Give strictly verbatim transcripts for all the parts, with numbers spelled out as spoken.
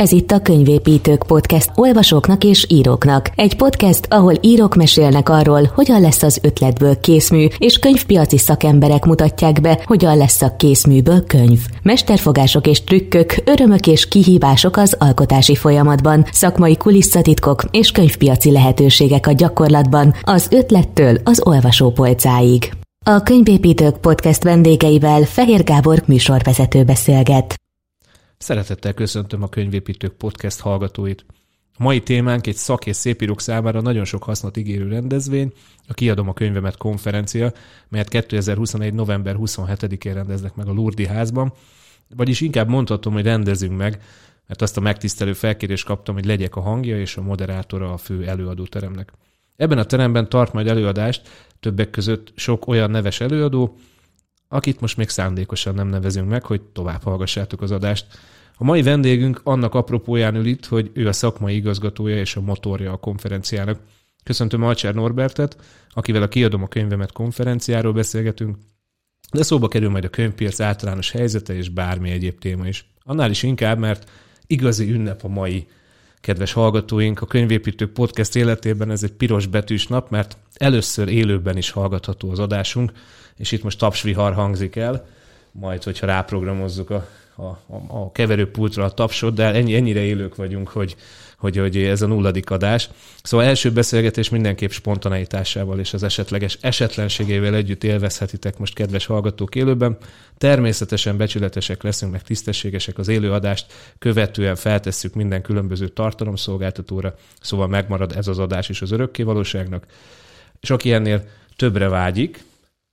Ez itt a Könyvépítők Podcast olvasóknak és íróknak. Egy podcast, ahol írók mesélnek arról, hogyan lesz az ötletből készmű, és könyvpiaci szakemberek mutatják be, hogyan lesz a készműből könyv. Mesterfogások és trükkök, örömök és kihívások az alkotási folyamatban, szakmai kulisszatitkok és könyvpiaci lehetőségek a gyakorlatban, az ötlettől az olvasópolcáig. A Könyvépítők Podcast vendégeivel Fehér Gábor műsorvezető beszélget. Szeretettel köszöntöm a Könyvépítők Podcast hallgatóit. A mai témánk egy szak- és szépírók számára nagyon sok hasznot ígérő rendezvény, a Kiadom a könyvemet konferencia, melyet kétezer-huszonegy. november huszonhetedikén rendeznek meg a Lurdi házban, vagyis inkább mondhatom, hogy rendezünk meg, mert azt a megtisztelő felkérést kaptam, hogy legyek a hangja és a moderátora a fő előadóteremnek. Ebben a teremben tart majd előadást többek között sok olyan neves előadó, akit most még szándékosan nem nevezünk meg, hogy tovább hallgassátok az adást. A mai vendégünk annak apropóján ül itt, hogy ő a szakmai igazgatója és a motorja a konferenciának. Köszöntöm Alcser Norbertet, akivel a Kiadom a könyvemet konferenciáról beszélgetünk, de szóba kerül majd a könyvpiac általános helyzete és bármi egyéb téma is. Annál is inkább, mert igazi ünnep a mai, kedves hallgatóink, a Könyvépítők Podcast életében ez egy piros betűs nap, mert először élőben is hallgatható az adásunk, és itt most tapsvihar hangzik el, majd, hogyha ráprogramozzuk a, a, a keverőpultra a tapsot, de ennyi, ennyire élők vagyunk, hogy, hogy, hogy ez a nulladik adás. Szóval első beszélgetés mindenképp spontaneitásával és az esetleges esetlenségével együtt élvezhetitek most, kedves hallgatók, élőben. Természetesen becsületesek leszünk, meg tisztességesek az élőadást, követően feltesszük minden különböző tartalomszolgáltatóra, szóval megmarad ez az adás is az örökké valóságnak. És aki ennél többre vágyik,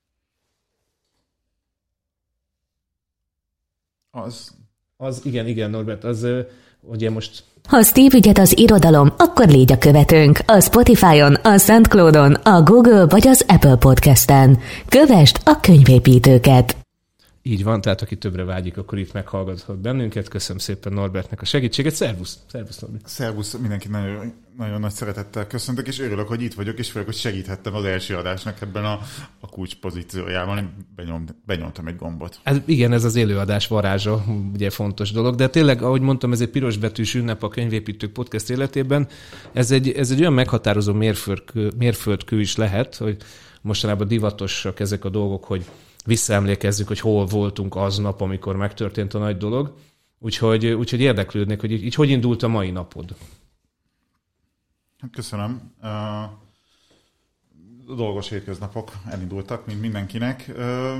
Az, az igen, igen, Norbert, az ugye most... Ha Steve ügyet az irodalom, akkor légy a követőnk a Spotify-on, a SoundCloud-on, a Google vagy az Apple Podcast-en. Kövesd a könyvépítőket! Így van, tehát aki többre vágyik, akkor itt meghallgathat bennünket. Köszönöm szépen Norbertnek a segítséget. Szervusz! Szervusz, Norbert! Szervusz! Mindenkit nagyon, nagyon nagy szeretettel köszöntök, és örülök, hogy itt vagyok, és főleg, hogy segíthettem az első adásnak ebben a, a kulcs pozíciójában. Benyom, benyomtam egy gombot. Ez, igen, ez az élőadás varázsa, ugye fontos dolog, de tényleg, ahogy mondtam, ez egy pirosbetűs ünnep a Könyvépítők Podcast életében. Ez egy, ez egy olyan meghatározó mérföldkő, mérföldkő is lehet, hogy mostanában divatosak ezek a dolgok, hogy visszaemlékezzük, hogy hol voltunk aznap, amikor megtörtént a nagy dolog. Úgyhogy, úgyhogy érdeklődnék, hogy így, így hogy indult a mai napod? Köszönöm. A dolgos hétköznapok elindultak, mint mindenkinek.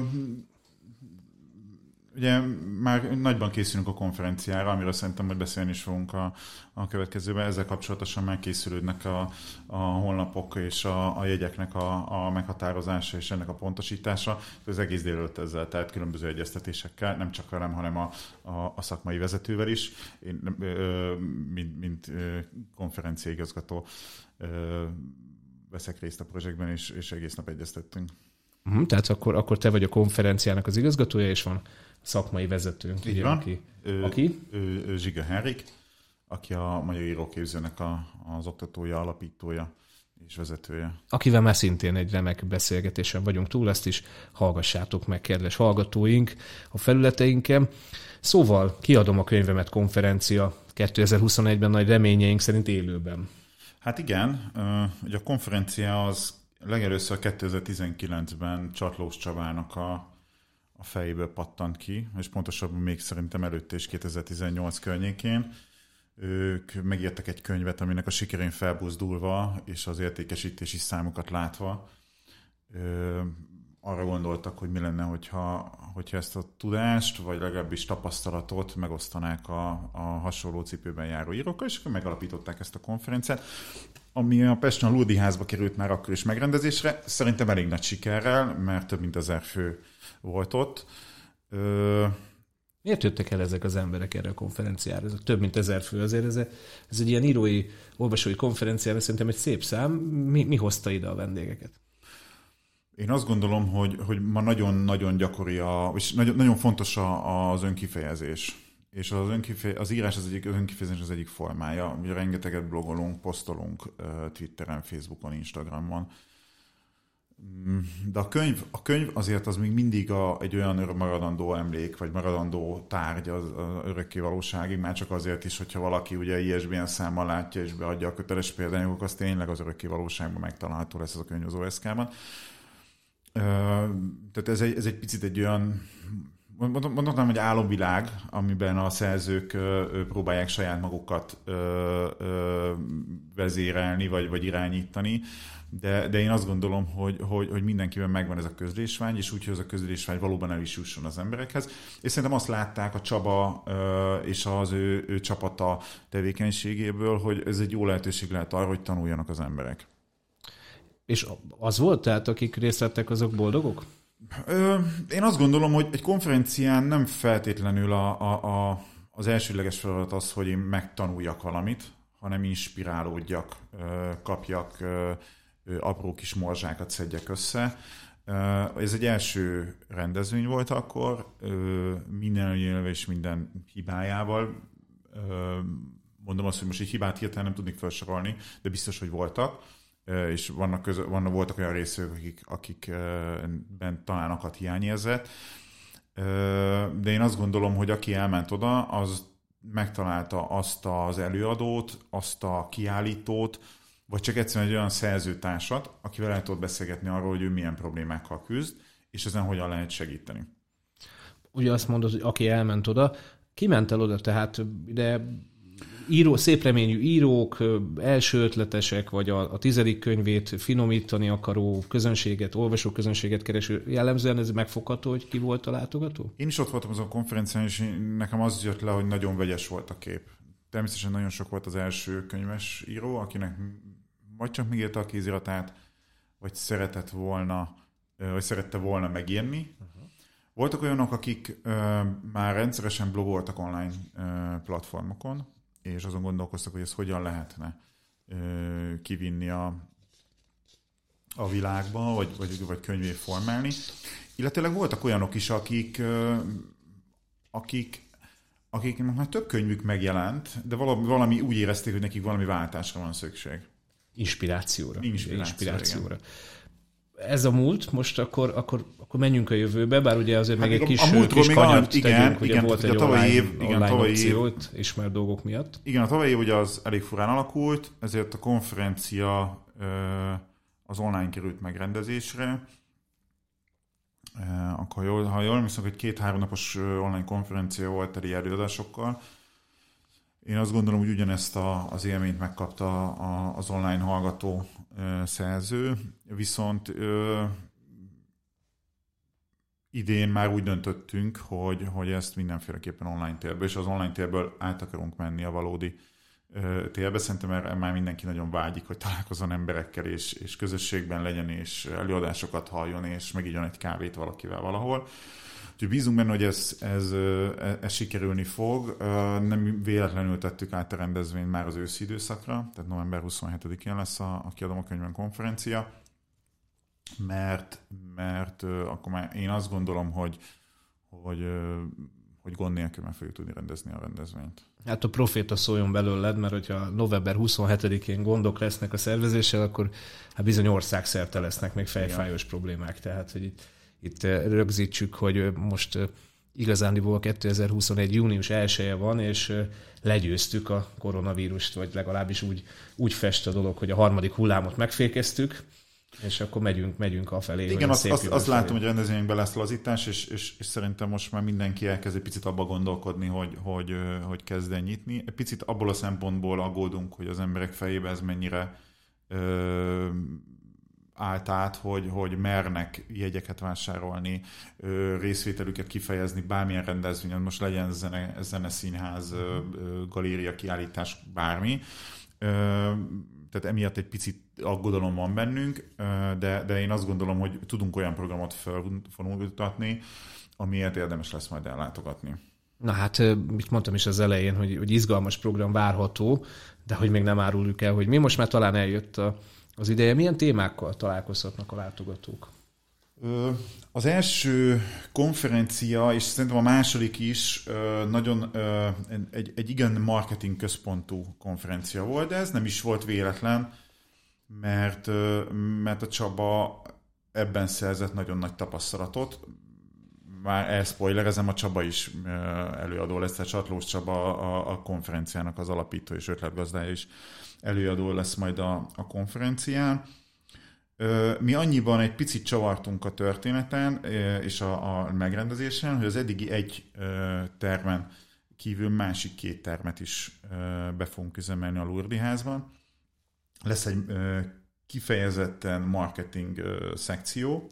Ugye már nagyban készülünk a konferenciára, amiről szerintem majd beszélni is fogunk a, a következőben. Ezzel kapcsolatosan már készülődnek a, a honlapok és a, a jegyeknek a, a meghatározása és ennek a pontosítása. Az egész délelőtt ezzel, tehát különböző egyeztetésekkel, nem csak velem, hanem a, a, a szakmai vezetővel is. Én, ö, mint, mint konferenciaigazgató veszek részt a projektben, és, és egész nap egyeztettünk. Uh-huh, tehát akkor, akkor te vagy a konferenciának az igazgatója, és van szakmai vezetőnk. Így van. Aki? Ő, aki? Ő, ő Zsiga Henrik, aki a Magyar Íróképzőnek a, az oktatója, alapítója és vezetője. Akivel már szintén egy remek beszélgetésen vagyunk túl, ezt is hallgassátok meg, kedves hallgatóink, a felületeinken. Szóval Kiadom a könyvemet konferencia kétezer-huszonegyben nagy reményeink szerint élőben. Hát igen, ugye a konferencia az legelőször kétezer-tizenkilencben Csatlós Csabának a, a fejéből pattant ki, és pontosabban még szerintem előtte is kétezer-tizennyolc környékén. Ők megírtak egy könyvet, aminek a sikerén felbuzdulva, és az értékesítési számokat látva ö, arra gondoltak, hogy mi lenne, hogyha, hogyha ezt a tudást, vagy legalábbis tapasztalatot megosztanák a, a hasonló cipőben járó írókkal, és akkor megalapították ezt a konferenciát, ami a Pesten a Lurdi házba került már akkor is megrendezésre, szerintem elég nagy sikerrel, mert több mint ezer fő volt ott. Ö... Miért jöttek el ezek az emberek erre a konferenciára? Ez több mint ezer fő, azért ez, ez egy ilyen írói, olvasói konferenciára szerintem egy szép szám. Mi, mi hozta ide a vendégeket? Én azt gondolom, hogy, hogy ma nagyon-nagyon gyakori, a, és nagyon, nagyon fontos a, az önkifejezés. És az, önkifej, az írás az egyik, az önkifejezés az egyik formája. Ugye rengeteget blogolunk, posztolunk Twitteren, Facebookon, Instagramon. De a könyv, a könyv azért az még mindig a, egy olyan maradandó emlék, vagy maradandó tárgy az, az örökké valóságig, már csak azért is, hogyha valaki ugye I S B N számmal látja és beadja a köteles példányokat, az tényleg az örökké valóságban megtalálható lesz ez a könyv az O S K-ban. Tehát ez egy, ez egy picit egy olyan, mondhatnám, hogy álomvilág, amiben a szerzők próbálják saját magukat vezérelni, vagy, vagy irányítani, de, de én azt gondolom, hogy, hogy, hogy mindenkiben megvan ez a közlésvágy, és úgy, hogy ez a közlésvágy valóban el is jusson az emberekhez. És szerintem azt látták a Csaba és az ő, ő csapata tevékenységéből, hogy ez egy jó lehetőség lehet arra, hogy tanuljanak az emberek. És az volt, tehát akik részt vettek, azok boldogok? Én azt gondolom, hogy egy konferencián nem feltétlenül a, a, a, az elsődleges feladat az, hogy én megtanuljak valamit, hanem inspirálódjak, kapjak apró kis morzsákat, szedjek össze. Ez egy első rendezvény volt akkor, minden előnyével és minden hibájával. Mondom azt, hogy most egy hibát hirtelen nem tudnék felsorolni, de biztos, hogy voltak. És vannak közö, vannak, voltak olyan részvevők, akik, akikben talán akadt hiányérzet. De én azt gondolom, hogy aki elment oda, az megtalálta azt az előadót, azt a kiállítót, vagy csak egyszerűen egy olyan szerzőtársat, akivel el tudott beszélgetni arról, hogy ő milyen problémákkal küzd, és ezen hogyan lehet segíteni. Ugye azt mondod, hogy aki elment oda, ki ment el oda, tehát ide író, szép reményű írók, első ötletesek, vagy a, a tizedik könyvét finomítani akaró közönséget, olvasó közönséget kereső, jellemzően ez megfogható, hogy ki volt a látogató? Én is ott voltam azon a konferencián, és nekem az jött le, hogy nagyon vegyes volt a kép. Természetesen nagyon sok volt az első könyves író, akinek vagy csak megírta a kéziratát, vagy szeretett volna, vagy szerette volna megírni. Uh-huh. Voltak olyanok, akik uh, már rendszeresen blogoltak online uh, platformokon, és azon gondolkoztak, hogy ezt hogyan lehetne uh, kivinni a, a világba, vagy, vagy, vagy könyvé formálni. Illetőleg voltak olyanok is, akik, uh, akik akiknek már több könyvük megjelent, de valami, valami úgy érezték, hogy nekik valami váltásra van szükség. Inspirációra. Inspirációra. Inspirációra. Ez a múlt, most akkor, akkor, akkor menjünk a jövőbe, bár ugye azért hát még egy kis, kis kanyart igen, tegyünk, ugye igen, volt egy a online, év, igen, online tavalyi opciót, ismert dolgok miatt. Igen, a tavalyi év ugye az elég furán alakult, ezért a konferencia az online került megrendezésre. Akkor jól, ha jól emlékszem, hogy két-három napos online konferencia volt teli előadásokkal. Én azt gondolom, hogy ugyanezt a, az élményt megkapta a, az online hallgató ö, szerző, viszont ö, idén már úgy döntöttünk, hogy, hogy ezt mindenféleképpen online térből, és az online térből át akarunk menni a valódi ö, térbe. Szerintem erre már mindenki nagyon vágyik, hogy találkozzon emberekkel, és, és közösségben legyen, és előadásokat halljon, és megigyon egy kávét valakivel valahol. Úgyhogy bízunk benne, hogy ez, ez, ez, ez sikerülni fog. Nem véletlenül tettük át a rendezvényt már az őszi időszakra, tehát november huszonhetedikén lesz a, a Kiadom a könyvem konferencia, mert, mert akkor már én azt gondolom, hogy, hogy, hogy gond nélkül meg fogjuk tudni rendezni a rendezvényt. Hát a proféta szóljon belőled, mert hogyha november huszonhetedikén gondok lesznek a szervezéssel, akkor hát bizony országszerte lesznek még fejfájós igen. problémák, tehát hogy itt Itt rögzítsük, hogy most igazándiból kétezer-huszonegy június elseje van, és legyőztük a koronavírust, vagy legalábbis úgy, úgy fest a dolog, hogy a harmadik hullámot megfékeztük, és akkor megyünk, megyünk afelé. Igen, azt, azt, azt látom, hogy a rendezvényekben lesz lazítás, és, és, és szerintem most már mindenki elkezd egy picit abba gondolkodni, hogy, hogy, hogy kezd el nyitni. Egy picit abból a szempontból aggódunk, hogy az emberek fejébe ez mennyire ö, állt át, hogy, hogy mernek jegyeket vásárolni, részvételüket kifejezni bármilyen rendezvényen, most legyen zene, zene színház, galéria, kiállítás, bármi. Tehát emiatt egy picit aggodalom van bennünk, de, de én azt gondolom, hogy tudunk olyan programot felvonultatni, amiért érdemes lesz majd ellátogatni. Na hát, mit mondtam is az elején, hogy, hogy izgalmas program várható, de hogy még nem áruljuk el, hogy mi most már talán eljött a az ideje. Milyen témákkal találkozhatnak a látogatók? Az első konferencia, és szerintem a második is nagyon egy, egy igen marketing központú konferencia volt, de ez nem is volt véletlen, mert, mert a Csaba ebben szerzett nagyon nagy tapasztalatot. Már elspoilerezem, a Csaba is előadó lesz, tehát Csatlós Csaba a, a konferenciának az alapító és ötletgazdája is előadó lesz majd a, a konferencián. Mi annyiban egy picit csavartunk a történeten és a, a megrendezésen, hogy az eddigi egy termen kívül másik két termet is be fogunk üzemelni a Lourdes házban. Lesz egy kifejezetten marketing szekció,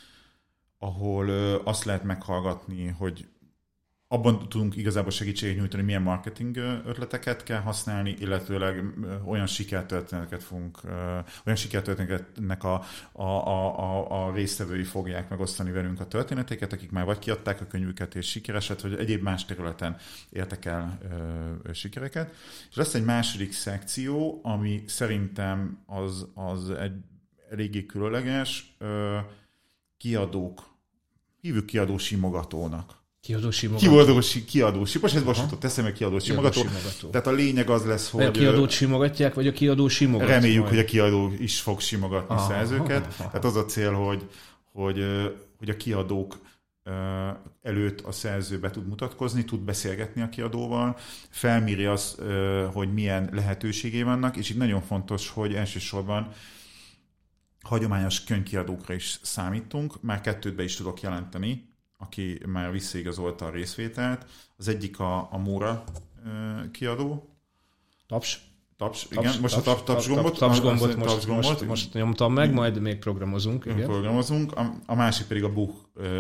ahol azt lehet meghallgatni, hogy abban tudunk igazából segítséget nyújtani, milyen marketing ötleteket kell használni, illetőleg olyan sikertörténeteket fogunk, olyan sikertörténetnek a, a, a, a résztvevői fogják megosztani velünk a történeteket, akik már vagy kiadták a könyvüket és sikereset, vagy egyéb más területen értek el ö, sikereket. És lesz egy második szekció, ami szerintem az, az egy eléggé különleges, ö, kiadók, hívjuk kiadó simogatónak. Kiadó simogató. Kiadó, kiadó, most ez most jutott eszembe, kiadó simogató. simogató. Tehát a lényeg az lesz, hogy... A kiadót simogatják, vagy a kiadó simogat? Reméljük, majd. hogy a kiadó is fog simogatni aha, szerzőket. aha, aha. Tehát az a cél, hogy, hogy, hogy a kiadók előtt a szerző be tud mutatkozni, tud beszélgetni a kiadóval, felméri azt, hogy milyen lehetőségei vannak, és itt nagyon fontos, hogy elsősorban hagyományos könyvkiadókra is számítunk. Már kettőt be is tudok jelenteni, aki már visszaigazolta a részvételt. Az egyik a, a Móra kiadó. Taps. Taps, taps igen. Most taps, a tap, tapsgombot. Tapsgombot most, tapsgombot. most, most nyomtam meg, majd még programozunk. Igen. Programozunk. A, a másik pedig a Buch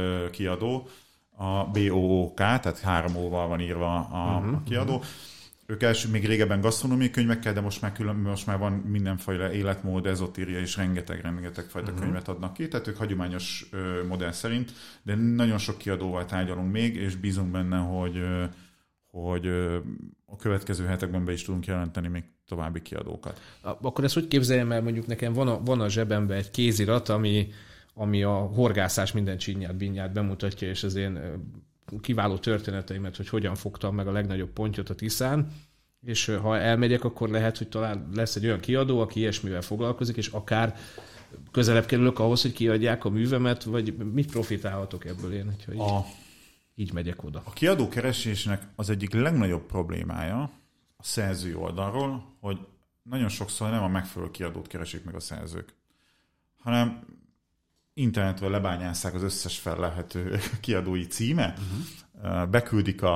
kiadó, a B O O K, tehát három óval van írva a, uh-huh, a kiadó. Uh-huh. Ők első még régebben gasztronómiai könyvekkel, de most már, külön, most már van mindenfajta életmód, ezotéria és rengeteg-rengeteg fajta uh-huh. könyvet adnak ki, tehát ők hagyományos ö, modell szerint, de nagyon sok kiadóval tárgyalunk még, és bízunk benne, hogy, ö, hogy ö, a következő hetekben be is tudunk jelenteni még további kiadókat. Akkor ezt hogy képzeljem el, mondjuk nekem van a, van a zsebemben egy kézirat, ami, ami a horgászás minden csinyát, binyát bemutatja, és az én kiváló történeteimet, hogy hogyan fogtam meg a legnagyobb pontyot a Tiszán, és ha elmegyek, akkor lehet, hogy talán lesz egy olyan kiadó, aki ilyesmivel foglalkozik, és akár közelebb kerülök ahhoz, hogy kiadják a művemet, vagy mit profitálhatok ebből én, hogyha így, a, így megyek oda. A kiadó keresésnek az egyik legnagyobb problémája a szerző oldalról, hogy nagyon sokszor nem a megfelelő kiadót keresik meg a szerzők, hanem internetről lebányásszák az összes fellelhető kiadói címet, uh-huh. beküldik a,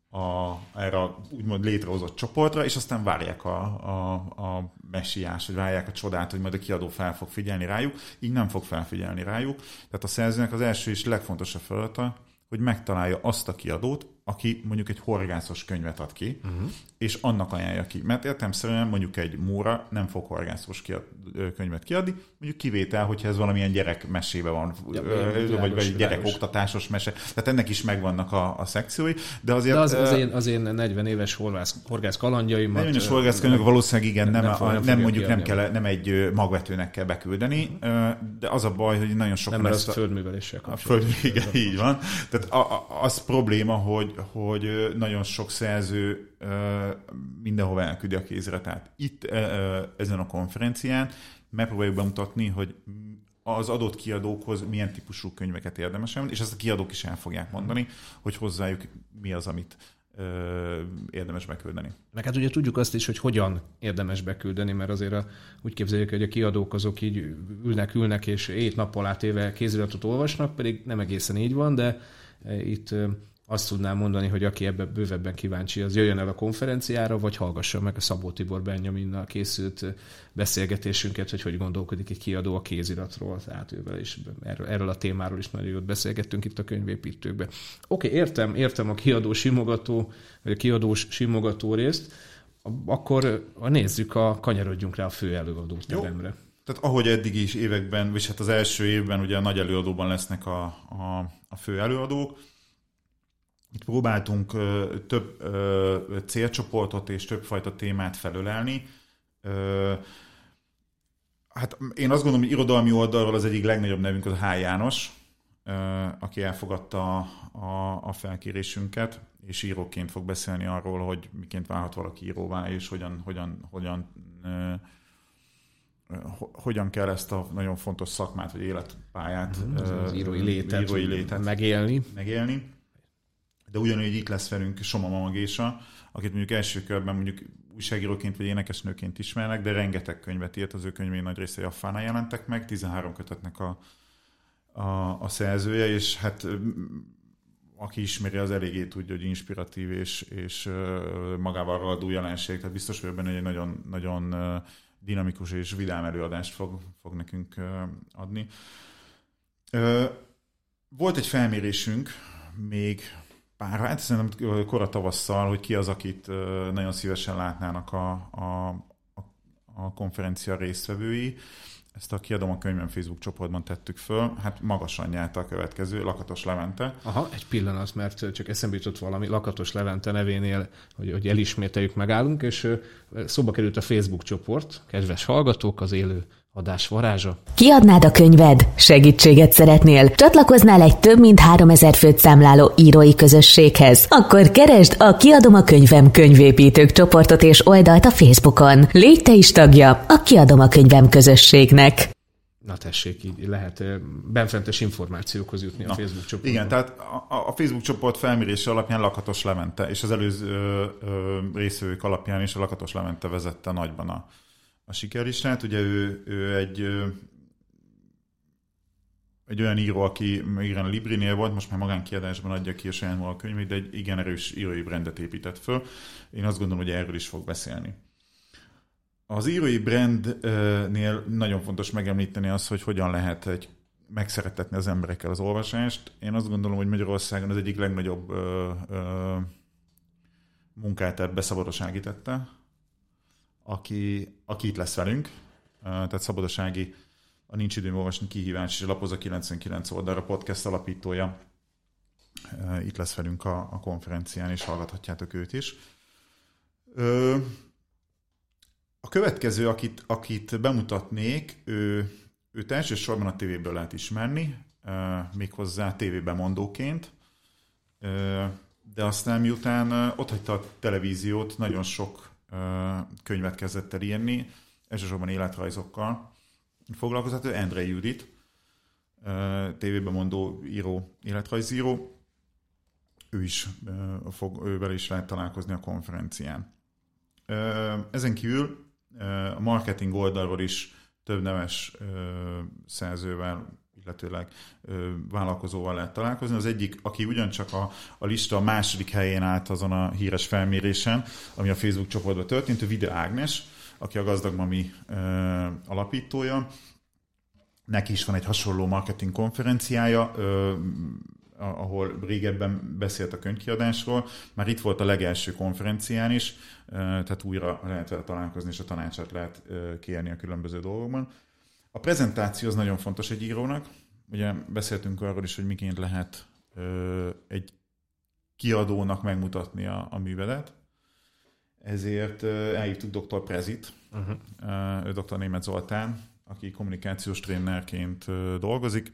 a, erre a úgymond létrehozott csoportra, és aztán várják a, a, a messiás, vagy várják a csodát, hogy majd a kiadó fel fog figyelni rájuk. Így nem fog felfigyelni rájuk. Tehát a szerzőnek az első és legfontosabb feladata, hogy megtalálja azt a kiadót, aki mondjuk egy horgászos könyvet ad ki, uh-huh. és annak ajánlja ki. Mert értelemszerűen mondjuk egy Móra nem fog horgászos kiad, könyvet kiadni, mondjuk kivétel, hogyha ez valamilyen gyerekmesébe van, ja, ö, vagy, vagy gyerekoktatásos mese. Tehát ennek is megvannak a, a szekciói. De azért... De az, az, én, az én negyven éves horgász, horgász kalandjaimat... negyven éves horgász könyvek valószínűleg igen, nem, nem, a, nem, nem mondjuk nem, kell, nem egy magvetőnek kell beküldeni, de az a baj, hogy nagyon sok... Nem, mert az a földműveléssel kapcsolatban. Föld, igen, így van. Tehát a, a, az probléma, hogy hogy nagyon sok szerző mindenhova elküldi a kéziratát. Itt ezen a konferencián megpróbáljuk bemutatni, hogy az adott kiadókhoz milyen típusú könyveket érdemes elmondani, és ezt a kiadók is el fogják mondani, hogy hozzájuk mi az, amit érdemes beküldeni. Meg hát ugye tudjuk azt is, hogy hogyan érdemes beküldeni, mert azért a, úgy képzeljük, hogy a kiadók azok így ülnek, ülnek, és hét nappal átéve kéziratot olvasnak, pedig nem egészen így van, de itt azt tudnám mondani, hogy aki ebben bővebben kíváncsi, az jöjjön el a konferenciára, vagy hallgassa meg a Szabó Tibor Benjaminnal készült beszélgetésünket, hogy hogy gondolkodik egy kiadó a kéziratról, tehát ővel is erről, erről a témáról is nagyon jót beszélgettünk itt a könyvépítőkben. Oké, okay, értem, értem a kiadó simogató, vagy a kiadós simogató részt, akkor nézzük a kanyarodjunk rá a fő előadót nevemre. Tehát ahogy eddig is években, és hát az első évben ugye a nagy előadóban lesznek a, a, a fő előadók. Itt próbáltunk ö, több ö, célcsoportot és többfajta témát felölelni. Ö, hát én azt gondolom, hogy irodalmi oldalról az egyik legnagyobb nevünk az H. János, ö, aki elfogadta a, a felkérésünket, és íróként fog beszélni arról, hogy miként válhat valaki íróvá, és hogyan, hogyan, hogyan ö, hogyan kell ezt a nagyon fontos szakmát, vagy életpályát, mm, az, az írói létet, írói létet megélni. megélni. De ugyanúgy itt lesz velünk Soma Mama Gésa, akit mondjuk első körben mondjuk újságíróként vagy énekesnőként ismernek, de rengeteg könyvet írt, az ő könyvei nagy része Jaffánál jelentek meg, tizenhárom kötetnek a, a, a szerzője, és hát aki ismeri, az eléggé tudja, hogy inspiratív és, és magával ragadó jelenség, tehát biztos vagyok benne, hogy egy nagyon, nagyon dinamikus és vidám előadást fog, fog nekünk adni. Volt egy felmérésünk még pár, hát szerintem kora tavasszal, hogy ki az, akit nagyon szívesen látnának a, a, a konferencia résztvevői. Ezt a Kiadom a könyvem Facebook csoportban tettük föl. Hát magasan nyerte a következő, Lakatos Levente. Aha, egy pillanat, mert csak eszembe jutott valami. Lakatos Levente nevénél, hogy, hogy elismételjük, megállunk, és szóba került a Facebook csoport. Kedves hallgatók, az élő adás varázsa. Kiadnád a könyved? Segítséget szeretnél? Csatlakoznál egy több mint háromezer főt számláló írói közösséghez? Akkor keresd a Kiadom a könyvem könyvépítők csoportot és oldalt a Facebookon. Légy te is tagja a Kiadom a könyvem közösségnek. Na tessék, így lehet benfentes információkhoz jutni a Na, Facebook csoportban. Igen, tehát a, a Facebook csoport felmérése alapján Lakatos Levente, és az előző ö, ö, részvevők alapján is a Lakatos Levente vezette nagyban a a sikerlistát. Ugye ő, ő egy, egy olyan író, aki igen a Librinél volt, most már magánkiadásban adja ki a saját a könyvét, de egy igen erős írói brandet épített föl. Én azt gondolom, hogy erről is fog beszélni. Az írói brandnél nagyon fontos megemlíteni azt, hogy hogyan lehet egy, megszeretetni az emberekkel az olvasást. Én azt gondolom, hogy Magyarországon az egyik legnagyobb ö, ö, munkát ebbe Szabados Ági tette, Aki, aki itt lesz velünk, tehát Szabados Ági, a Nincs időm olvasni kihívás és Lapoza kilencvenkilenc oldalra podcast alapítója. Itt lesz velünk a, a konferencián, és hallgathatjátok őt is. A következő, akit, akit bemutatnék, ő, őt elsősorban a tévéből lehet ismerni, méghozzá tévébemondóként, de aztán miután otthagyta a televíziót, nagyon sok könyvet kezdett el írni, elsősorban életrajzokkal foglalkozott. Ő Endrei Judit, tévében mondó író, életrajzíró. Ő is fog, ővel is lehet találkozni a konferencián. Ezen kívül a marketing oldalról is több neves szerzővel, illetőleg vállalkozóval lehet találkozni. Az egyik, aki ugyancsak a, a lista második helyén állt azon a híres felmérésen, ami a Facebook csoportban történt, ő Vide Ágnes, aki a Gazdag Mami alapítója. Neki is van egy hasonló marketing konferenciája, ahol régebben beszélt a könyvkiadásról. Már itt volt a legelső konferencián is, tehát újra lehet vele találkozni, és a tanácsát lehet kérni a különböző dolgokban. A prezentáció az nagyon fontos egy írónak. Ugye beszéltünk arról is, hogy miként lehet egy kiadónak megmutatni a, a művedet. Ezért elhívtuk doktor Prezit, uh-huh. ő doktor Németh Zoltán, aki kommunikációs trénerként dolgozik,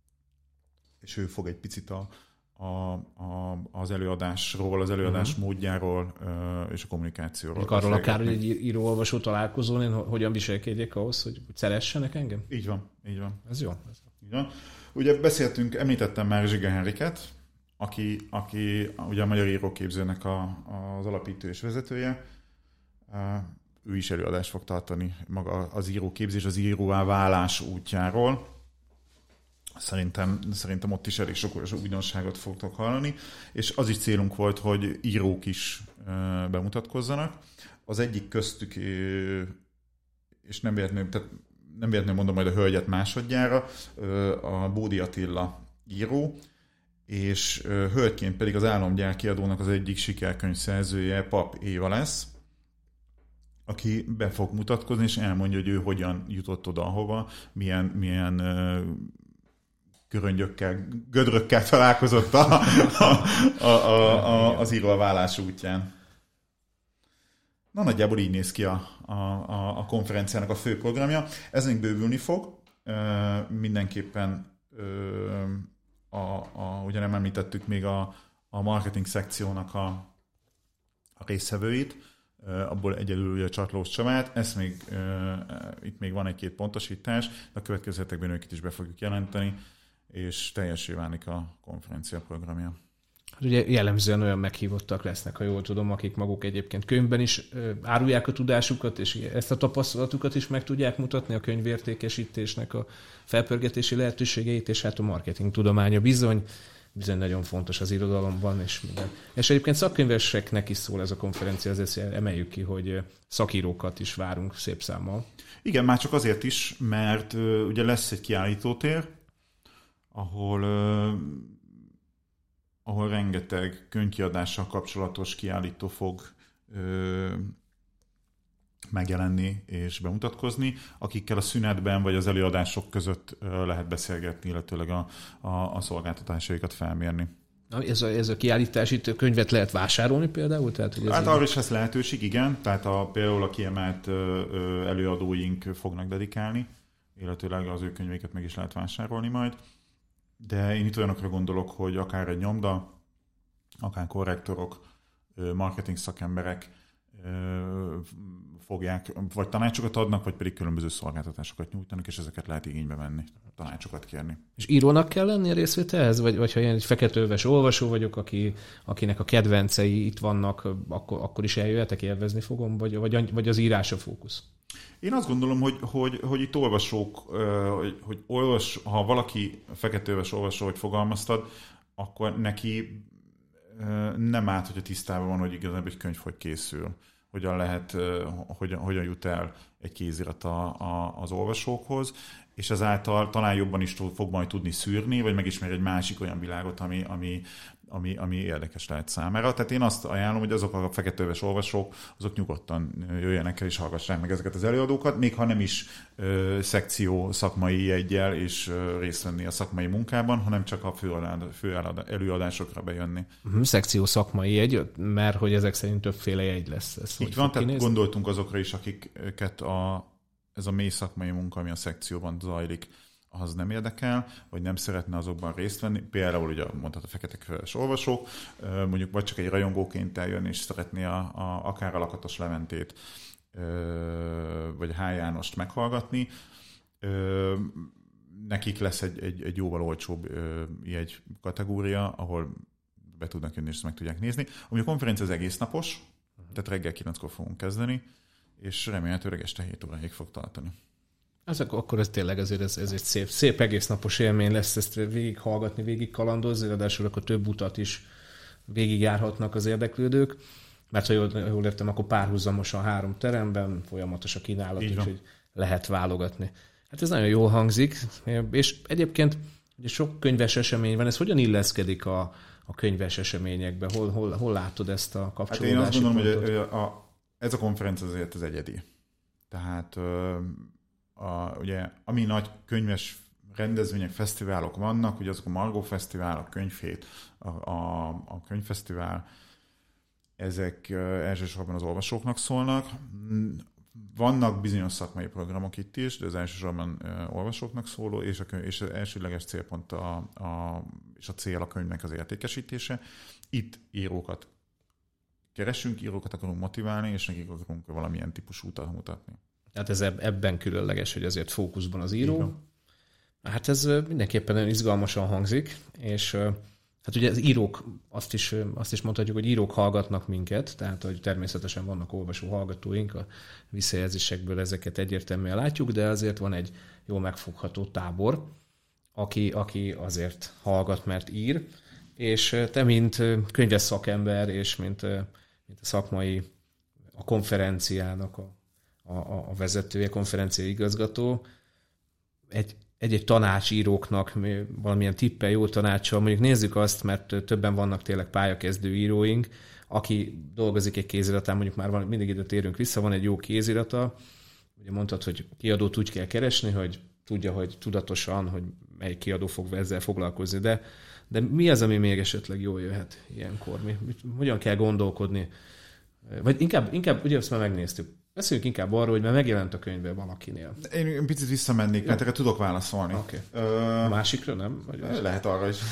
és ő fog egy picit a, a, a, az előadásról, az előadás uh-huh. módjáról és a kommunikációról. Arról akár, hogy egy író-olvasó találkozón én hogyan viselkedjek ahhoz, hogy szeressenek engem? Így van, így van. Ez jó. Ez jó. Így van. Ugye beszéltünk, említettem már Zsiga Henriket, aki, aki ugye a Magyar Íróképzőnek a, az alapító és vezetője. Ő is előadást fog tartani maga az íróképzés, az íróvá válás útjáról. Szerintem, szerintem ott is elég sok újdonságot fogtok hallani, és az is célunk volt, hogy írók is bemutatkozzanak. Az egyik köztük, és nem véletlenül, tehát nem véletlenül mondom majd a hölgyet másodjára, a Bódi Attila író, és hölgyként pedig az Álomgyár kiadónak az egyik sikerkönyv szerzője, Pap Éva lesz, aki be fog mutatkozni, és elmondja, hogy ő hogyan jutott oda, ahova, milyen, milyen köröngyökkel, gödrökkel találkozott a, a, a, a, a, az író a válás útján. Na, nagyjából így néz ki a, a, a konferenciának a fő programja. Ezen bővülni fog. Mindenképpen, a, a, ugye nem említettük még a, a marketing szekciónak a, a résztvevőit. abból egyedül a Csatlós Csabát. Ez még, itt még van egy-két pontosítás, de a következő hetekben őket is be fogjuk jelenteni, és teljesé válik a konferencia programja. Ugye jellemzően olyan meghívottak lesznek, ha jól tudom, akik maguk egyébként könyvben is árulják a tudásukat, és ezt a tapasztalatukat is meg tudják mutatni, a könyvértékesítésnek a felpörgetési lehetőségeit, és hát a marketing tudománya bizony, bizony nagyon fontos az irodalomban, és minden. És egyébként szakkönyveseknek is szól ez a konferencia, ezért emeljük ki, hogy szakírókat is várunk szép számmal. Igen, már csak azért is, mert uh, ugye lesz egy kiállítótér, ahol uh, ahol rengeteg könyvkiadással kapcsolatos kiállító fog ö, megjelenni és bemutatkozni, akikkel a szünetben vagy az előadások között ö, lehet beszélgetni, illetőleg a, a, a szolgáltatásaikat felmérni. Ez a, ez a kiállítás, itt könyvet lehet vásárolni például? Tehát, hogy ez hát így... arra is lesz lehetőség, igen. Tehát a, például a kiemelt ö, ö, előadóink fognak dedikálni, illetőleg az ő könyvéket meg is lehet vásárolni majd. De én itt olyanokra gondolok, hogy akár egy nyomda, akár korrektorok, marketing szakemberek fogják, vagy tanácsokat adnak, vagy pedig különböző szolgáltatásokat nyújtanak, és ezeket lehet igénybe venni, tanácsokat kérni. És írónak kell lenni a részvételhez? Vagy, vagy ha én egy feketőves olvasó vagyok, aki, akinek a kedvencei itt vannak, akkor, akkor is eljöhetek, élvezni fogom, vagy, vagy, vagy az írás a fókusz? Én azt gondolom, hogy, hogy, hogy itt olvasók, hogy, hogy olvas, ha valaki feketőves olvasó, hogy fogalmaztad, akkor neki nem árt, hogyha tisztában van, hogy igazából egy könyv hogy készül, hogyan lehet, hogyan, hogyan jut el egy kézirat a, a, az olvasókhoz, és ezáltal talán jobban is fog majd tudni szűrni, vagy megismer egy másik olyan világot, ami, ami, ami, ami érdekes lehet számára. Tehát én azt ajánlom, hogy azok a feketőves olvasók, azok nyugodtan jöjjenek el és hallgassák meg ezeket az előadókat, még ha nem is ö, szekció szakmai jeggyel és ö, részt venni a szakmai munkában, hanem csak a fő, fő előadásokra bejönni. Uh-huh, szekció szakmai jegy, mert hogy ezek szerint többféle jegy lesz. Ez így van, tehát kinézni? Gondoltunk azokra is, akiket a, ez a mély szakmai munka, ami a szekcióban zajlik, az nem érdekel, vagy nem szeretne azokban részt venni. Például ugye mondhat a feketeköves olvasók, mondjuk vagy csak egy rajongóként eljönni, és szeretné a, a, akár a Lakatos Leventét, vagy H. Jánost meghallgatni. Nekik lesz egy, egy, egy jóval olcsóbb jegy kategória, ahol be tudnak jönni, és meg tudják nézni. Ami a konferencia az egész napos, tehát reggel kilenckor fogunk kezdeni, és remélhetőleg este hét óráig fog tartani. Ez, akkor ez tényleg azért ez, ez egy szép, szép egész napos élmény lesz ezt végighallgatni, végig kalandozni, ráadásul akkor több utat is végigjárhatnak az érdeklődők, mert ha jól, jól értem, akkor párhuzamosan három teremben folyamatos a kínálat, úgyhogy lehet válogatni. Hát ez nagyon jól hangzik, és egyébként ugye sok könyves esemény van, ez hogyan illeszkedik a, a könyves eseményekbe? Hol, hol, hol látod ezt a kapcsolódási hát én azt gondolom, pontot? hogy a, a, ez a konferencia azért az egyedi. Tehát A, ugye, ami nagy könyves rendezvények, fesztiválok vannak, ugye azok a Margó Fesztivál, a Könyvhét, a, a, a Könyvfesztivál, ezek elsősorban az olvasóknak szólnak. Vannak bizonyos szakmai programok itt is, de az elsősorban olvasóknak szóló, és, a könyv, és az elsődleges célpont a, a, és a cél a könyvnek az értékesítése. Itt írókat keresünk, írókat akarunk motiválni, és nekik akarunk valamilyen típusú utat mutatni. Tehát ez ebben különleges, hogy azért fókuszban az író. Igen. Hát ez mindenképpen nagyon izgalmasan hangzik, és hát ugye az írók, azt is, azt is mondhatjuk, hogy írók hallgatnak minket, tehát hogy természetesen vannak olvasó hallgatóink, a visszajelzésekből ezeket egyértelműen látjuk, de azért van egy jól megfogható tábor, aki, aki azért hallgat, mert ír, és te, mint könyves szakember, és mint, mint a szakmai, a konferenciának a A, a vezetője, konferencia igazgató, egy, egy-egy tanácsíróknak valamilyen tippel, jó tanácssal, mondjuk nézzük azt, mert többen vannak tényleg pályakezdő íróink, aki dolgozik egy kéziratán, mondjuk már van, mindig ide térünk vissza, van egy jó kézirata, ugye mondtad, hogy kiadót úgy kell keresni, hogy tudja, hogy tudatosan, hogy melyik kiadó fog ezzel foglalkozni, de, de mi az, ami még esetleg jól jöhet ilyenkor? Mi, hogyan kell gondolkodni? Vagy inkább, inkább ugye azt már megnéztük, beszéljünk inkább arról, hogy már megjelent a könyve valakinél. Én picit visszamennék, mert erre tudok válaszolni. Okay. Uh, a másikra nem? Vagy lehet arra is.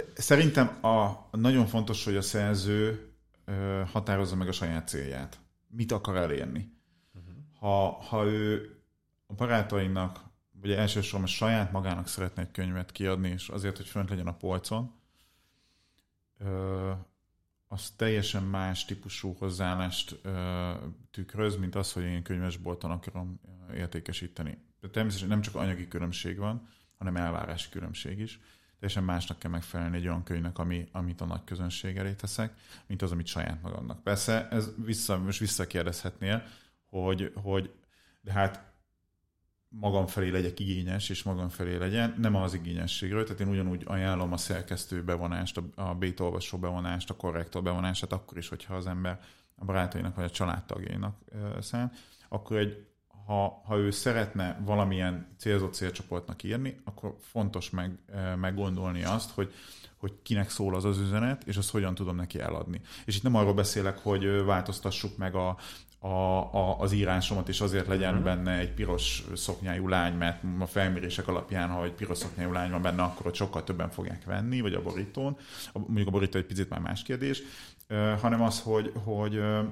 Szerintem a, nagyon fontos, hogy a szerző határozza meg a saját célját. mit akar elérni. Uh-huh. Ha, ha ő a barátainak, vagy elsősorban saját magának szeretne egy könyvet kiadni, és azért, hogy fönt legyen a polcon, ö, az teljesen más típusú hozzáállást ö, tükröz, mint az, hogy én könyvesbolton akarom értékesíteni. De természetesen nem csak anyagi különbség van, hanem elvárási különbség is. Teljesen másnak kell megfelelni egy olyan könyvnek, ami, amit a nagy közönség elé teszek, mint az, amit saját magamnak. Persze, ez vissza, most visszakérdezhetnél, hogy, hogy de hát magam felé legyek igényes, és magam felé legyen, nem az igényességről, tehát én ugyanúgy ajánlom a szerkesztő bevonást, a bétolvasó bevonást, a korrektor bevonását, akkor is, hogyha az ember a barátainak vagy a családtagjainak szán, akkor egy, ha, ha ő szeretne valamilyen célzott célcsoportnak írni, akkor fontos meg, meggondolni azt, hogy hogy kinek szól az az üzenet, és azt hogyan tudom neki eladni. És itt nem arról beszélek, hogy változtassuk meg a A, a, az írásomat, és azért legyen uh-huh. benne egy piros szoknyájú lány, mert a felmérések alapján, ha egy piros szoknyájú lány van benne, akkor ott sokkal többen fogják venni, vagy a borítón. A, mondjuk a borító egy picit már más kérdés, uh, hanem az, hogy, hogy uh,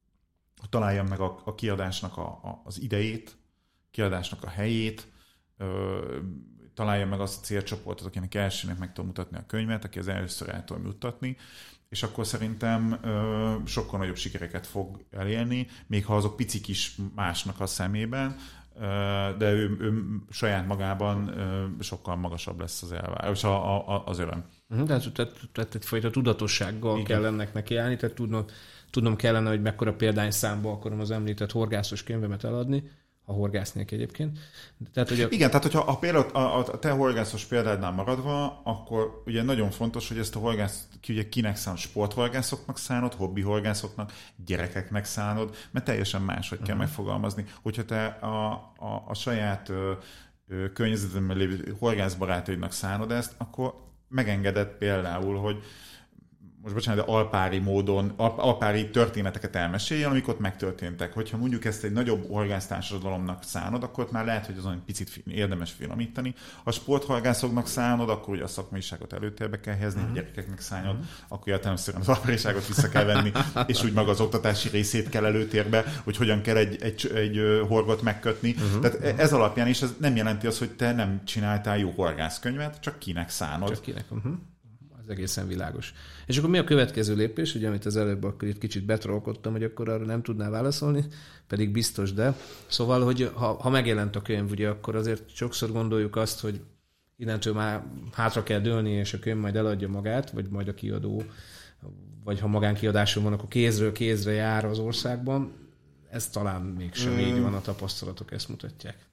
találjam meg a, a kiadásnak a, a, az idejét, kiadásnak a helyét, uh, találjam meg azt a célcsoportot, akinek elsőnek meg tudom mutatni a könyvet, aki az először el tudom juttatni, és akkor szerintem ö, sokkal nagyobb sikereket fog elérni, még ha azok picik is másnak a szemében, ö, de ő, ő saját magában ö, sokkal magasabb lesz az elvárás, a, a, az öröm. Tehát, tehát, tehát egyfajta tudatossággal Igen. kell ennek nekiállni, tehát tudnom, tudnom kellene, hogy mekkora példányszámba akarom az említett horgászos könyvemet eladni, ha horgásznék egyébként. Tehát, hogy a... Igen, tehát hogyha a, például, a, a te horgászos példádnál maradva, akkor ugye nagyon fontos, hogy ezt a horgász ki, ugye kinek szánod, sporthorgászoknak szánod, hobbi horgászoknak, gyerekeknek szánod, mert teljesen máshogy uh-huh. kell megfogalmazni. Hogyha te a, a, a saját ö, ö, környezetben lévő horgászbarátaidnak szánod ezt, akkor megengedett például, hogy most bocsánat, de alpári módon, alpári történeteket elmeséljen, amik ott megtörténtek. Hogyha mondjuk ezt egy nagyobb horgásztársadalomnak szánod, akkor már lehet, hogy azon egy picit érdemes finomítani. Ha sporthorgászoknak szánod, akkor ugye a szakmaiságot előtérbe kell helyezni, uh-huh. a gyerekeknek szánod, uh-huh. akkor értelemszerűen az alpáriságot vissza kell venni, és úgy maga az oktatási részét kell előtérbe, hogy hogyan kell egy, egy, egy horgot megkötni. Uh-huh. Tehát ez alapján is ez nem jelenti azt, hogy te nem csináltál jó horgászkönyvet, csak kinek szánod. Csak kinek. Uh-huh. Ez egészen világos. És akkor mi a következő lépés? Ugye, amit az előbb akkor itt kicsit betrolkodtam, hogy akkor arra nem tudnál válaszolni, pedig biztos, de. Szóval, hogy ha, ha megjelent a könyv, ugye, akkor azért sokszor gondoljuk azt, hogy innentől már hátra kell dőlni, és a könyv majd eladja magát, vagy majd a kiadó, vagy ha magánkiadáson van, akkor kézről kézre jár az országban. Ez talán mégsem így van, a tapasztalatok ezt mutatják.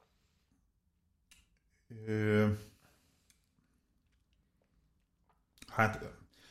Ö... Hát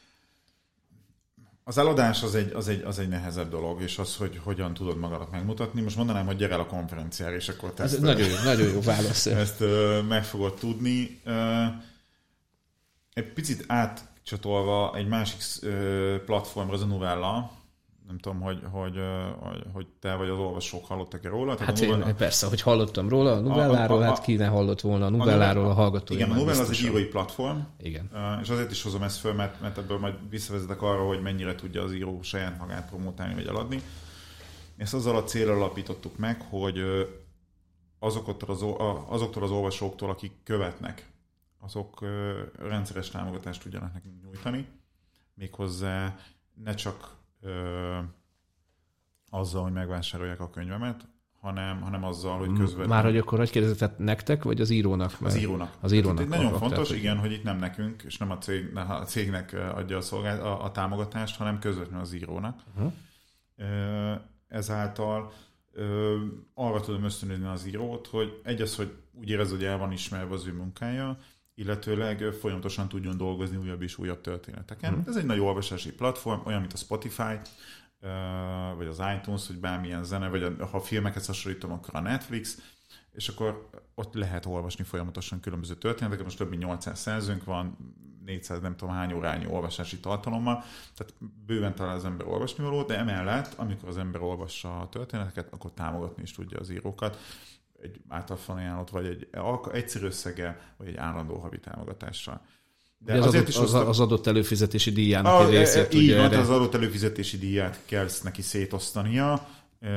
az eladás az egy, az, egy, az egy nehezebb dolog, és az, hogy hogyan tudod magadat megmutatni. Most mondanám, hogy gyere el a konferenciára, és akkor te ezt, nagyon, jó, nagyon jó válasz. Ezt uh, meg fogod tudni. Uh, egy picit átcsatolva egy másik uh, platformra, az a Novella. Nem tudom, hogy, hogy, hogy, hogy te vagy az olvasók hallottak-e róla? Hát én novella... persze, hogy hallottam róla a Novelláról, a, a, a, hát ki ne hallott volna a Novelláról, a hallgatói. Igen, a Novella az egy írói platform, igen. És azért is hozom ezt föl, mert, mert ebből majd visszavezetek arra, hogy mennyire tudja az író saját magát promotálni vagy eladni. Ezt azzal a célral alapítottuk meg, hogy azoktól az, azoktól az olvasóktól, akik követnek, azok rendszeres támogatást tudjanak nekünk nyújtani, méghozzá ne csak Ö, azzal, hogy megvásárolják a könyvemet, hanem, hanem azzal, hogy közvetlenül... Már hogy akkor hogy kérdezett, tehát nektek, vagy az írónak? Az írónak. Az írónak. Tehát nagyon fontos, tehát, igen, hogy itt nem nekünk, és nem a, cég, a cégnek adja a, szolgált, a, a támogatást, hanem közvetlenül az írónak. Uh-huh. Ö, ezáltal ö, arra tudom ösztönözni az írót, hogy egy az, hogy úgy érez, hogy el van ismerve az ő munkája, illetőleg folyamatosan tudjon dolgozni újabb és újabb történeteken. Mm. Ez egy nagy olvasási platform, olyan, mint a Spotify, vagy az iTunes, vagy bármilyen zene, vagy ha filmeket hasonlítom, akkor a Netflix, és akkor ott lehet olvasni folyamatosan különböző történeteket. Most több mint nyolcszáz szerzőnk van, négyszáz nem tudom hány órányi olvasási tartalommal, tehát bőven talál az ember olvasnivaló, de emellett, amikor az ember olvassa a történeteket, akkor támogatni is tudja az írókat. Egy általában ajánlott, vagy egy egyszerű összeggel, vagy egy állandó havi támogatással. De az, azért adott, is hoztam... az adott előfizetési díjának a, egy részét így tudja van, erre. Az adott előfizetési díját kell neki szétosztania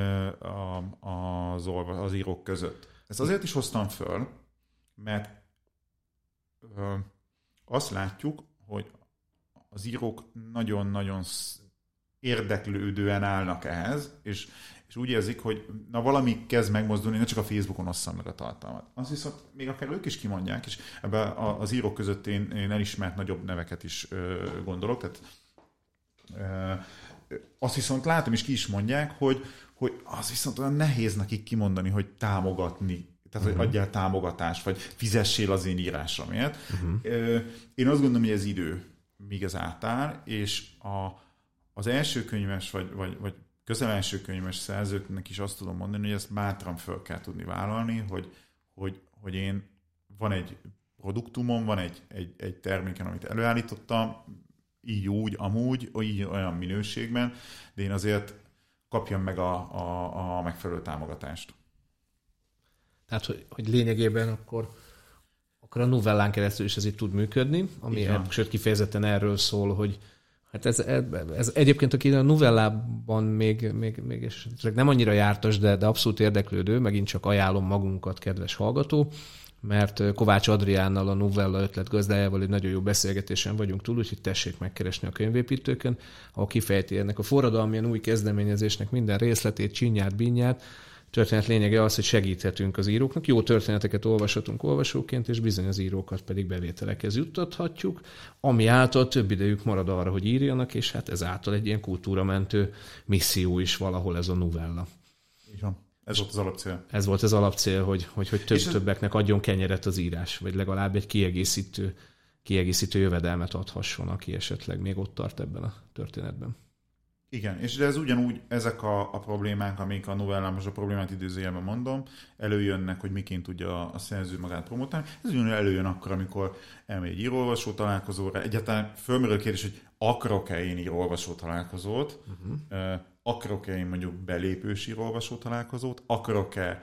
az, az írók között. Ezt azért is hoztam föl, mert azt látjuk, hogy az írók nagyon-nagyon érdeklődően állnak ehhez, és, és úgy érzik, hogy na valami kezd megmozdulni, ne csak a Facebookon osszam meg a tartalmat. Azt viszont még akár ők is kimondják, és ebben az írók között én, én elismert nagyobb neveket is ö, gondolok, tehát ö, azt viszont látom, és ki is mondják, hogy, hogy az viszont olyan nehéz nekik kimondani, hogy támogatni, tehát, uh-huh. hogy adjál támogatást, vagy fizessél az én írásomért. Uh-huh. Én azt gondolom, hogy ez idő, míg ez átáll, és a, az első könyves, vagy, vagy, vagy közel első könyves szerzőknek is azt tudom mondani, hogy ezt bátran föl kell tudni vállalni, hogy, hogy, hogy én van egy produktumom, van egy, egy, egy terméken, amit előállítottam, így úgy, amúgy, így olyan minőségben, de én azért kapjam meg a, a, a megfelelő támogatást. Tehát, hogy, hogy lényegében akkor, akkor a novellán keresztül is ez így tud működni, ami sőt kifejezetten erről szól, hogy hát ez, ez egyébként, aki a novellában még, még, még nem annyira jártas, de, de abszolút érdeklődő, megint csak ajánlom magunkat, kedves hallgató, mert Kovács Adriánnal, a novella ötlet gazdájával egy nagyon jó beszélgetésen vagyunk túl, úgyhogy tessék megkeresni a könyvépítőkön, ahol kifejti ennek a forradalmilyen új kezdeményezésnek minden részletét, csinyát, bínyát. Történet lényege az, hogy segíthetünk az íróknak, jó történeteket olvashatunk olvasóként, és bizony az írókat pedig bevételekhez juttathatjuk, ami által több idejük marad arra, hogy írjanak, és hát ezáltal egy ilyen kultúramentő misszió is valahol ez a novella. Így van. Ez volt az alapcél. Ez volt az alapcél, hogy, hogy, hogy több, többeknek adjon kenyeret az írás, vagy legalább egy kiegészítő, kiegészítő jövedelmet adhasson, aki esetleg még ott tart ebben a történetben. Igen, és ez ugyanúgy ezek a, a problémák, amik a novellán, most a problémát időzőjelben mondom, előjönnek, hogy miként tudja a, a szerző magát promotálni. Ez ugyanúgy előjön akkor, amikor elmegy egy író-olvasó találkozóra. Egyáltalán fölmerül a kérdés, hogy akarok-e én író-olvasó találkozót, uh-huh. akarok-e én mondjuk belépős író-olvasó találkozót, akarok-e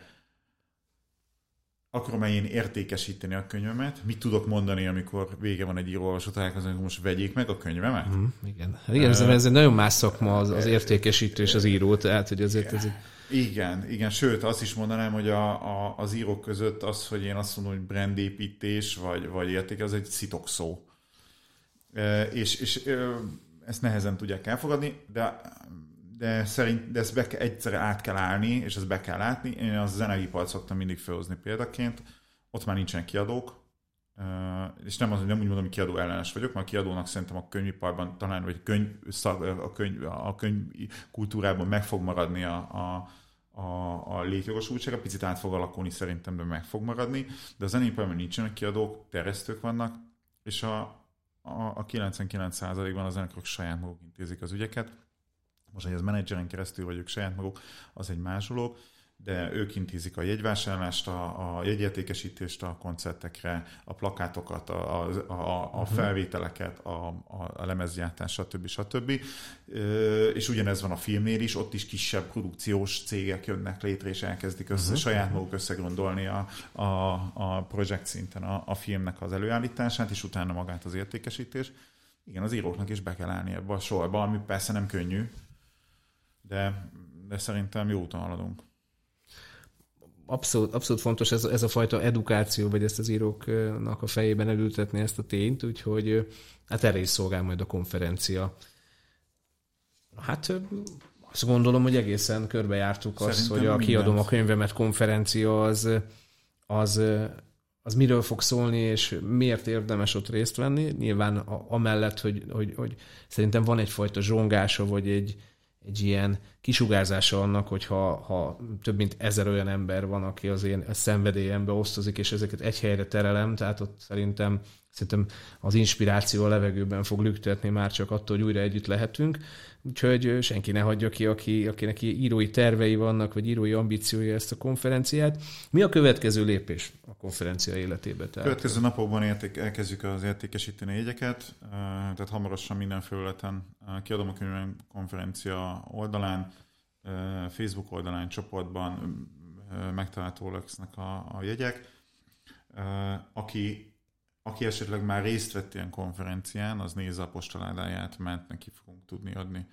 akarom-e én értékesíteni a könyvemet? Mit tudok mondani, amikor vége van egy író-olvasó találkozó, hogy most vegyék meg a könyvemet? Mm, igen, hát igen, ez, ez egy nagyon más szakma az, az értékesítő és az író, tehát hogy azért ez egy... Igen, igen, sőt, azt is mondanám, hogy a, a, az írók között az, hogy én azt mondom, hogy brandépítés vagy, vagy érték, az egy szitokszó. E, és, és ezt nehezen tudják elfogadni, de de szerint de ezt be kell, egyszerre át kell állni, és ezt be kell látni. Én az zeneipart szoktam mindig felhozni példaként. Ott már nincsenek kiadók, és nem, az, nem úgy mondom, hogy kiadó ellenes vagyok, mert a kiadónak szerintem a könyviparban talán, vagy könyv, a, könyv, a könyv kultúrában meg fog maradni a, a, a, a létjogosultsága, picit át fog alakulni szerintem, de meg fog maradni, de a zeneiparban nincsenek kiadók, terjesztők vannak, és a, a, a kilencvenkilenc százalékban a zenekarok saját maguk intézik az ügyeket. Most, hogy az menedzseren keresztül vagyok saját maguk, az egy más dolog, de ők intézik a jegyvásárlást, a, a jegyértékesítést a koncertekre, a plakátokat, a, a, a felvételeket, a, a, a lemezgyártást, stb. stb. És ugyanez van a filmnél is, ott is kisebb produkciós cégek jönnek létre, és elkezdik össze, uh-huh. saját maguk összegondolni a, a, a projekt szinten a, a filmnek az előállítását, és utána magát az értékesítés. Igen, az íróknak is be kell állni ebbe a sorba, ami persze nem könnyű, de, de szerintem jó úton haladunk. Abszolút, abszolút fontos ez, ez a fajta edukáció, vagy ezt az íróknak a fejében elültetni ezt a tényt, úgyhogy hát erre is szolgál majd a konferencia. Hát azt gondolom, hogy egészen körbejártuk azt, szerintem hogy a mindent. Kiadom a könyvemet konferencia az, az, az miről fog szólni, és miért érdemes ott részt venni. Nyilván amellett, hogy, hogy, hogy szerintem van egyfajta zsongása, vagy egy egy ilyen kisugárzása annak, hogyha ha több mint ezer olyan ember van, aki az én szenvedélyembe osztozik, és ezeket egy helyre terelem, tehát ott szerintem, szerintem az inspiráció a levegőben fog lüktetni már csak attól, hogy újra együtt lehetünk. Úgyhogy senki ne hagyja ki, aki, akinek írói tervei vannak, vagy írói ambíciója ezt a konferenciát. Mi a következő lépés a konferencia életében? Tehát... Következő napokban érték, elkezdjük az értékesíteni jegyeket, tehát hamarosan minden felületen kiadom a könyvem konferencia oldalán, Facebook oldalán, csoportban megtalálható lesznek a, a jegyek. Aki aki esetleg már részt vett ilyen konferencián, az nézze a postaládáját, mert neki fogunk tudni adni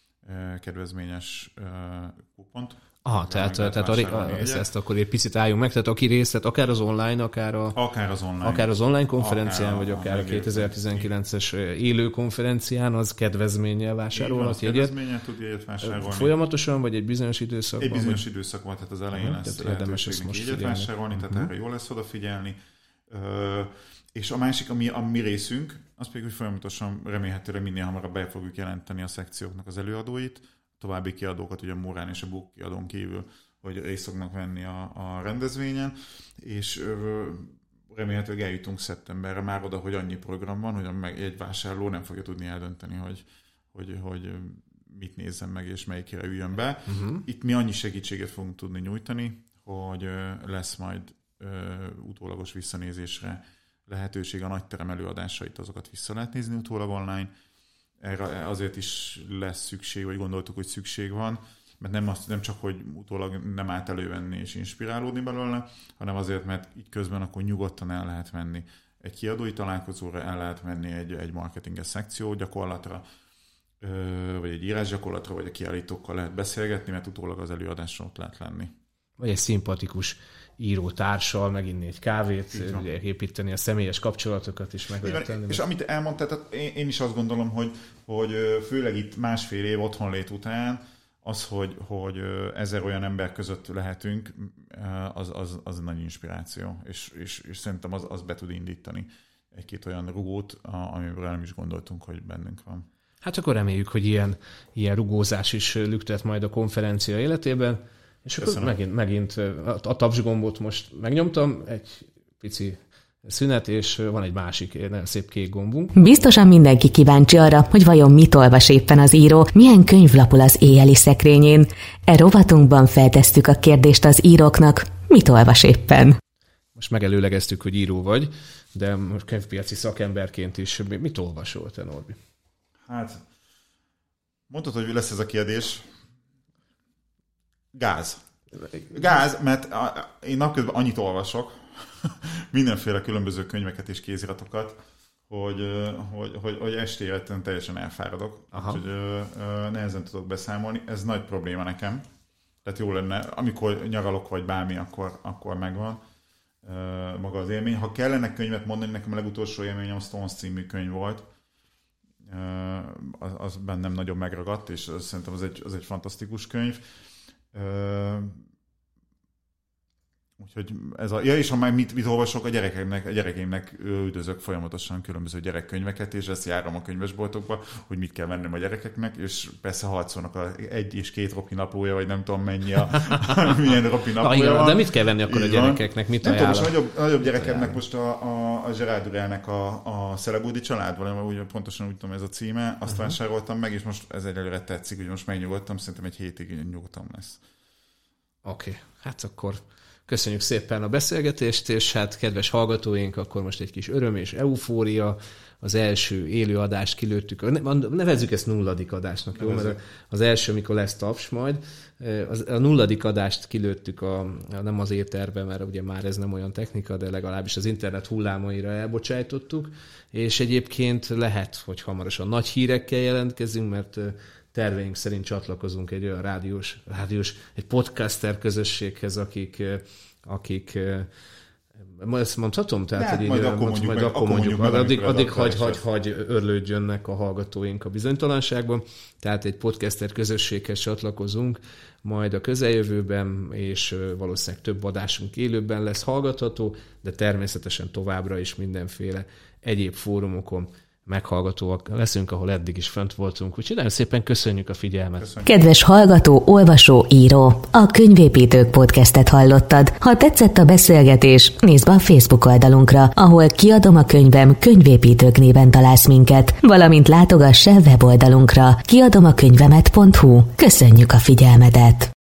kedvezményes kupont. Aha, tehát, tehát a, a, ezt, ezt akkor egy picit álljunk meg, tehát aki részt vett, akár az online, akár, a, akár, az, online, akár az online konferencián, akár vagy a, akár a kétezer-tizenkilences élő konferencián, az kedvezménnyel vásárolhat jegyet. Kedvezménnyel tud jegyet vásárolni. Folyamatosan, vagy egy bizonyos időszakban? Egy bizonyos vagy... időszakban, tehát az elején aha, lesz lehetőségnek jegyet vásárolni, tehát uh-huh. erre jól lesz odafigyelni. Ö, és a másik, ami a mi részünk, az pedig, hogy folyamatosan remélhetőleg minél hamarabb be fogjuk jelenteni a szekcióknak az előadóit, további kiadókat, ugye a Mórán és a Book kiadón kívül, hogy részt fognak venni a, a rendezvényen, és ö, remélhetőleg eljutunk szeptemberre már oda, hogy annyi program van, hogy a egy vásárló nem fogja tudni eldönteni, hogy, hogy, hogy mit nézzen meg, és melyikére üljön be. Uh-huh. Itt mi annyi segítséget fogunk tudni nyújtani, hogy ö, lesz majd ö, utólagos visszanézésre lehetőség, a nagyterem előadásait, azokat vissza lehet nézni utólag online. Erre azért is lesz szükség, vagy gondoltuk, hogy szükség van, mert nem, azt, nem csak, hogy utólag nem állt elővenni és inspirálódni belőle, hanem azért, mert így közben akkor nyugodtan el lehet menni egy kiadói találkozóra, el lehet menni egy, egy marketinges szekció gyakorlatra, vagy egy írásgyakorlatra, vagy a kiállítókkal lehet beszélgetni, mert utólag az előadáson ott lehet lenni. Vagy egy szimpatikus írótársal meginni egy kávét, építeni a személyes kapcsolatokat is meg lehet tenni. És amit elmondtál, tehát én is azt gondolom, hogy, hogy főleg itt másfél év otthonlét után az, hogy, hogy ezer olyan ember között lehetünk, az, az, az nagy inspiráció. És, és, és szerintem az, az be tud indítani egy-két olyan rugót, amiből nem is gondoltunk, hogy bennünk van. Hát akkor reméljük, hogy ilyen, ilyen rugózás is lüktet majd a konferencia életében. És akkor megint, megint a tapsgombot most megnyomtam, egy pici szünet, és van egy másik nagyon szép kék gombunk. Biztosan mindenki kíváncsi arra, hogy vajon mit olvas éppen az író, milyen könyv lapul az éjjeli szekrényén. E rovatunkban feltesszük a kérdést az íróknak, mit olvas éppen. Most megelőlegeztük, hogy író vagy, de most könyvpiaci szakemberként is mit olvasol te, Norbi? Hát, mondtad, hogy lesz ez a kérdés. Gáz. Gáz, mert én napközben annyit olvasok, mindenféle különböző könyveket és kéziratokat, hogy, hogy, hogy, hogy estére teljesen elfáradok, úgyhogy nehezen tudok beszámolni. Ez nagy probléma nekem. Tehát jó lenne, amikor nyaralok vagy bármi, akkor, akkor megvan maga az élmény. Ha kellene könyvet mondani, nekem a legutolsó élményem a Stones című könyv volt. Az, az bennem nagyon megragadt, és szerintem az egy, az egy fantasztikus könyv. Uh, úgyhogy ez a... Ja, és ha már mit, mit olvasok, a gyerekeknek, a gyerekeimnek üldözök folyamatosan különböző gyerekkönyveket, és ezt járom a könyvesboltokba, hogy mit kell vennem a gyerekeknek, és persze harcolnak a egy és két ropi naplója, vagy nem tudom mennyi a milyen ropi naplója van. De mit kell venni akkor így a gyerekeknek? Mit nem tudom, most a nagyobb, nagyobb gyerekemnek most a, a, a Gerard Durrellnek a, a Szelebúdi család, valami úgy, pontosan úgy tudom ez a címe, azt uh-huh. vásároltam meg, és most ez egyelőre tetszik, hogy most megnyugodtam, szerintem egy hétig nyugodtam lesz. Oké, okay. Hát akkor köszönjük szépen a beszélgetést, és hát kedves hallgatóink, akkor most egy kis öröm és eufória. Az első élő adást kilőttük, nevezzük ezt nulladik adásnak, jó? Mert az első, amikor lesz taps majd, az, a nulladik adást kilőttük a, nem az éterbe, mert ugye már ez nem olyan technika, de legalábbis az internet hullámaira elbocsájtottuk, és egyébként lehet, hogy hamarosan nagy hírekkel jelentkezünk, mert terveink szerint csatlakozunk egy olyan rádiós, rádiós egy podcaster közösséghez, akik, akik ezt mondhatom? Tehát, hát, hogy majd, így, akkor mondjuk, majd meg, akkor mondjuk, mondjuk addig, addig hagy, hagy, hagy örlődjönnek a hallgatóink a bizonytalanságban. Tehát egy podcaster közösséghez csatlakozunk majd a közeljövőben, és valószínűleg több adásunk élőben lesz hallgatható, de természetesen továbbra is mindenféle egyéb fórumokon meghallgatóak leszünk, ahol eddig is fönt voltunk. Úgyhogy nagyon szépen köszönjük a figyelmet. Köszönjük. Kedves hallgató, olvasó, író, a Könyvépítők podcastet hallottad. Ha tetszett a beszélgetés, nézd be a Facebook oldalunkra, ahol Kiadom a könyvem Könyvépítők néven találsz minket, valamint látogass el weboldalunkra kiadomakönyvemet pont hu. Köszönjük a figyelmedet!